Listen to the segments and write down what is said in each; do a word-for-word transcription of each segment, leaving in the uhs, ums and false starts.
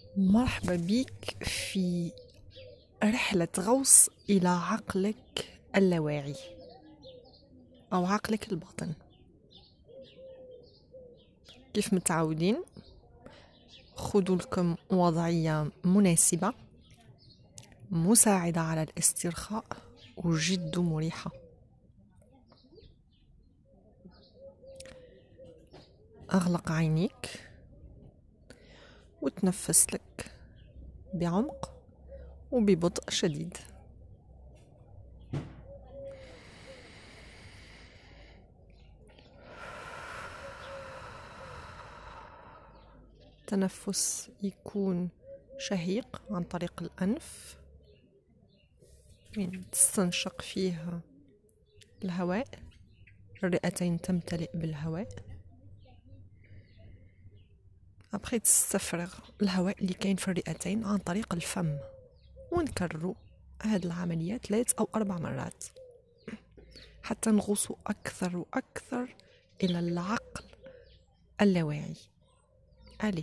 مرحبا بك في رحلة غوص إلى عقلك اللاواعي أو عقلك الباطن. كيف متعودين، خذوا لكم وضعية مناسبة مساعدة على الاسترخاء وجد مريحة. أغلق عينيك وتنفس لك بعمق وببطء شديد. التنفس يكون شهيق عن طريق الأنف، يعني تستنشق فيه الهواء، الرئتين تمتلئ بالهواء. أبخي تستفرغ الهواء اللي كاين في الرئتين عن طريق الفم، ونكرروا هذه العملية ثلاث أو أربع مرات حتى نغوصوا أكثر وأكثر إلى العقل اللاواعي. عليه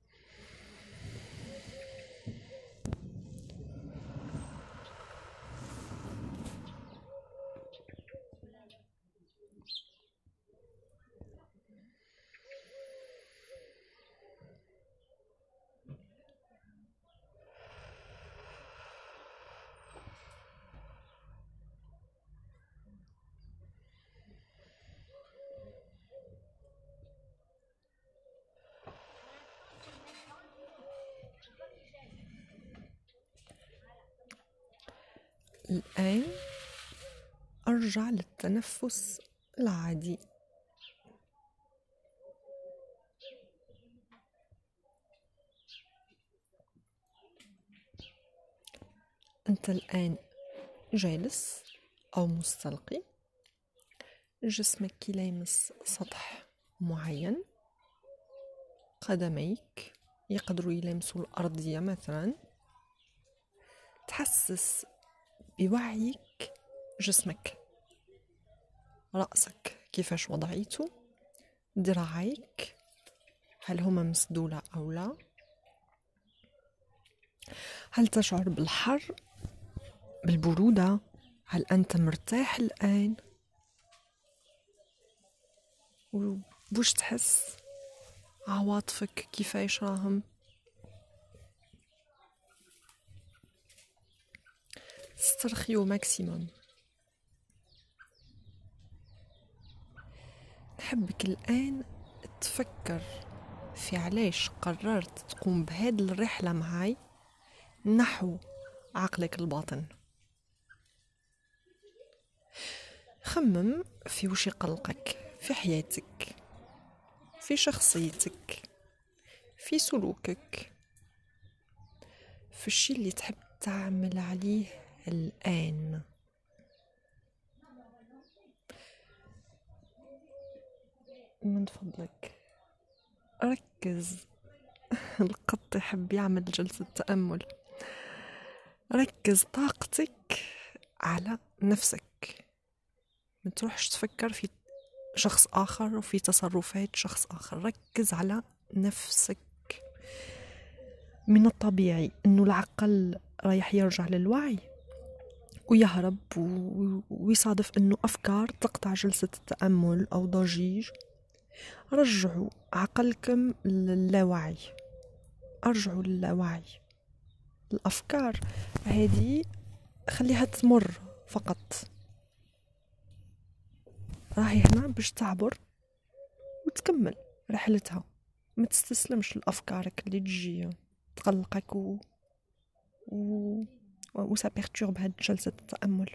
الآن أرجع للتنفس العادي. أنت الآن جالس أو مستلقي، جسمك يلامس سطح معين، قدميك يقدروا يلامسوا الأرضية مثلا. تحسس بوعيك جسمك، رأسك كيفاش وضعيته، ذراعيك هل هما مسدولة أو لا، هل تشعر بالحر بالبرودة، هل أنت مرتاح الآن، وش تحس عواطفك كيفاش راهم. استرخيو ماكسيموم. نحبك الآن تفكر في علاش قررت تقوم بهذه الرحلة معاي نحو عقلك الباطن. خمم في وش يقلقك في حياتك، في شخصيتك، في سلوكك، في الشيء اللي تحب تعمل عليه الآن. من فضلك ركز. القط يحب يعمل جلسة تأمل. ركز طاقتك على نفسك، ما تروحش تفكر في شخص آخر وفي تصرفات شخص آخر. ركز على نفسك. من الطبيعي أنه العقل رايح يرجع للوعي ويهرب ويصادف أنه أفكار تقطع جلسة التأمل أو ضجيج. رجعوا عقلكم للاوعي، أرجعوا للاوعي. الأفكار هذه خليها تمر فقط، راهي هنا باش تعبر وتكمل رحلتها. ما تستسلمش لأفكارك اللي تجي تقلقك و و وسابيرتور بهاد جلسة التأمل.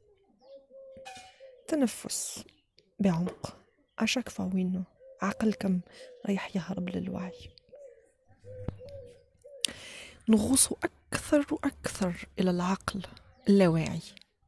تنفس بعمق أشاك فوين عقلكم رايح يهرب للوعي. نغوص أكثر وأكثر إلى العقل اللاواعي.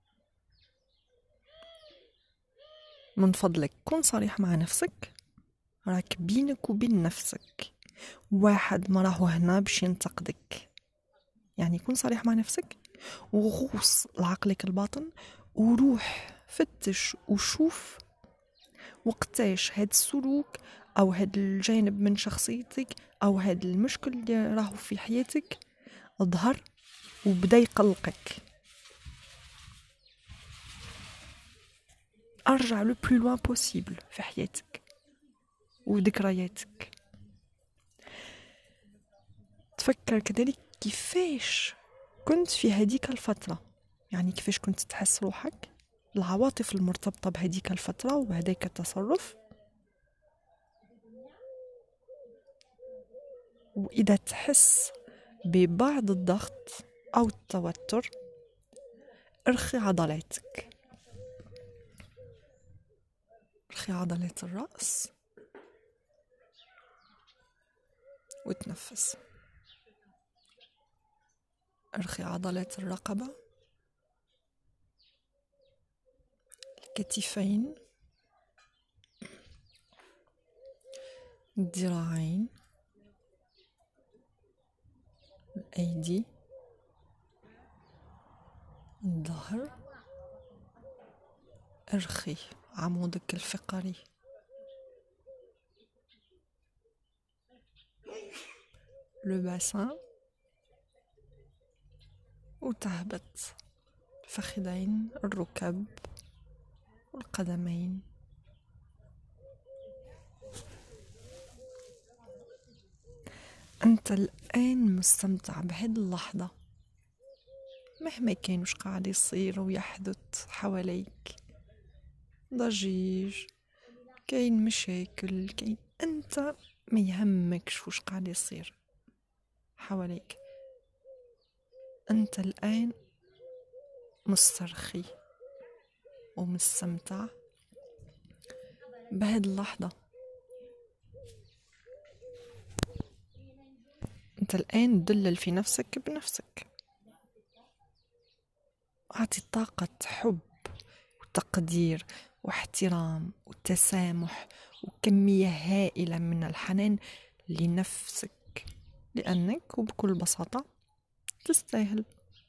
من فضلك كن صريح مع نفسك، راك بينك وبين نفسك واحد ما راهو هنا باش ينتقدك. يعني كن صريح مع نفسك وغوص لعقلك الباطن وروح فتش وشوف وقتاش هاد السلوك أو هاد الجانب من شخصيتك أو هاد المشكل اللي راهو في حياتك ظهر وبدا يقلقك، ارجع لو بلو لوان بوسيبل في حياتك وذكرياتك. تفكر كذلك كيفاش كنت في هذيك الفترة، يعني كيفاش كنت تحس روحك، العواطف المرتبطة بهذيك الفترة وبهذاك التصرف. وإذا تحس ببعض الضغط أو التوتر ارخي عضلاتك، ارخي عضلات الرأس وتنفس، ارخي عضلات الرقبة، الكتفين، الذراعين، الأيدي، الظهر، ارخي عمودك الفقري، لو باسان، وتهبط الفخذين، الركب والقدمين. أنت الآن مستمتع بهذه اللحظة مهما كان وش قاعد يصير ويحدث حواليك، ضجيج، كاين مشاكل، كاين، أنت ما يهمكش وش قاعد يصير حواليك. أنت الآن مسترخي ومستمتع بهذه اللحظة. أنت الآن دلل في نفسك بنفسك، أعطي طاقة حب وتقدير واحترام وتسامح وكمية هائلة من الحنان لنفسك، لأنك وبكل بساطة تستاهل.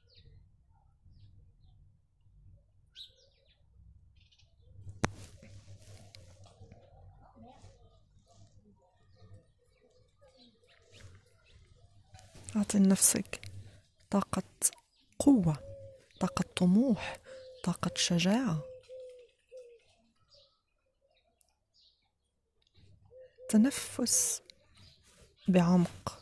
أعطي لنفسك طاقة قوة، طاقة طموح، طاقة شجاعة. تنفس بعمق.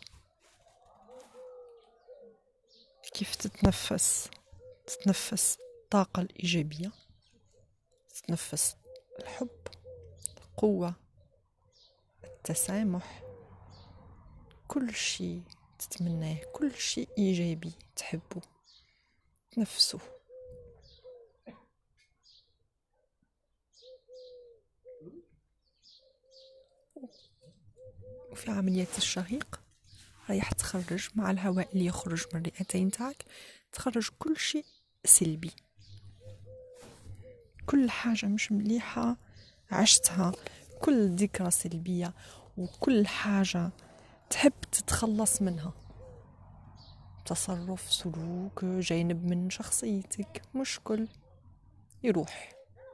كيف تتنفس؟ تتنفس الطاقة الإيجابية، تتنفس الحب، القوة، التسامح، كل شيء تتمناه، كل شيء إيجابي تحبه تنفسه. وفي عملية الشهيق رايح تخرج مع الهواء اللي يخرج من الرئتين تاعك، تخرج كل شيء سلبي، كل حاجة مش مليحة عشتها، كل ذكرى سلبية وكل حاجة تحب تتخلص منها، تصرف، سلوك، جانب من شخصيتك، مشكل، يروح.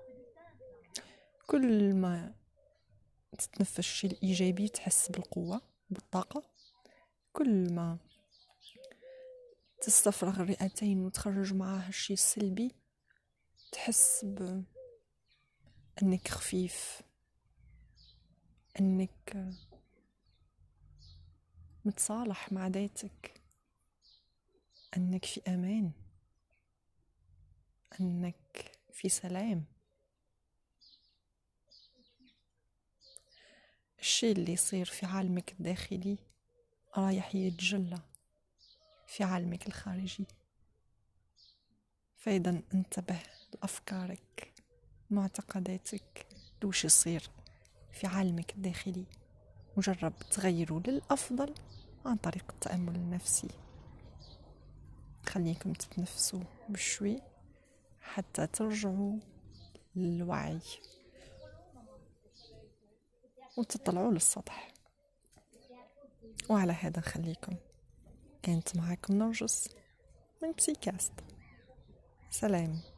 كل ما تتنفس الشيء الإيجابي تحس بالقوة بالطاقة، كل ما تستفرغ الرئتين وتخرج معها الشيء السلبي تحس بأنك خفيف، أنك متصالح مع ذاتك، أنك في أمان، أنك في سلام. الشيء اللي يصير في عالمك الداخلي رايح يتجلى في عالمك الخارجي، فإذا انتبه لأفكارك، معتقداتك، لوش يصير في عالمك الداخلي، وجرب تغيره للأفضل عن طريق التأمل النفسي. خليكم تتنفسوا بشوي حتى ترجعوا للوعي وتطلعوا للسطح. وعلى هذا خليكم، كانت معاكم نرجس من بسيكاست. سلام.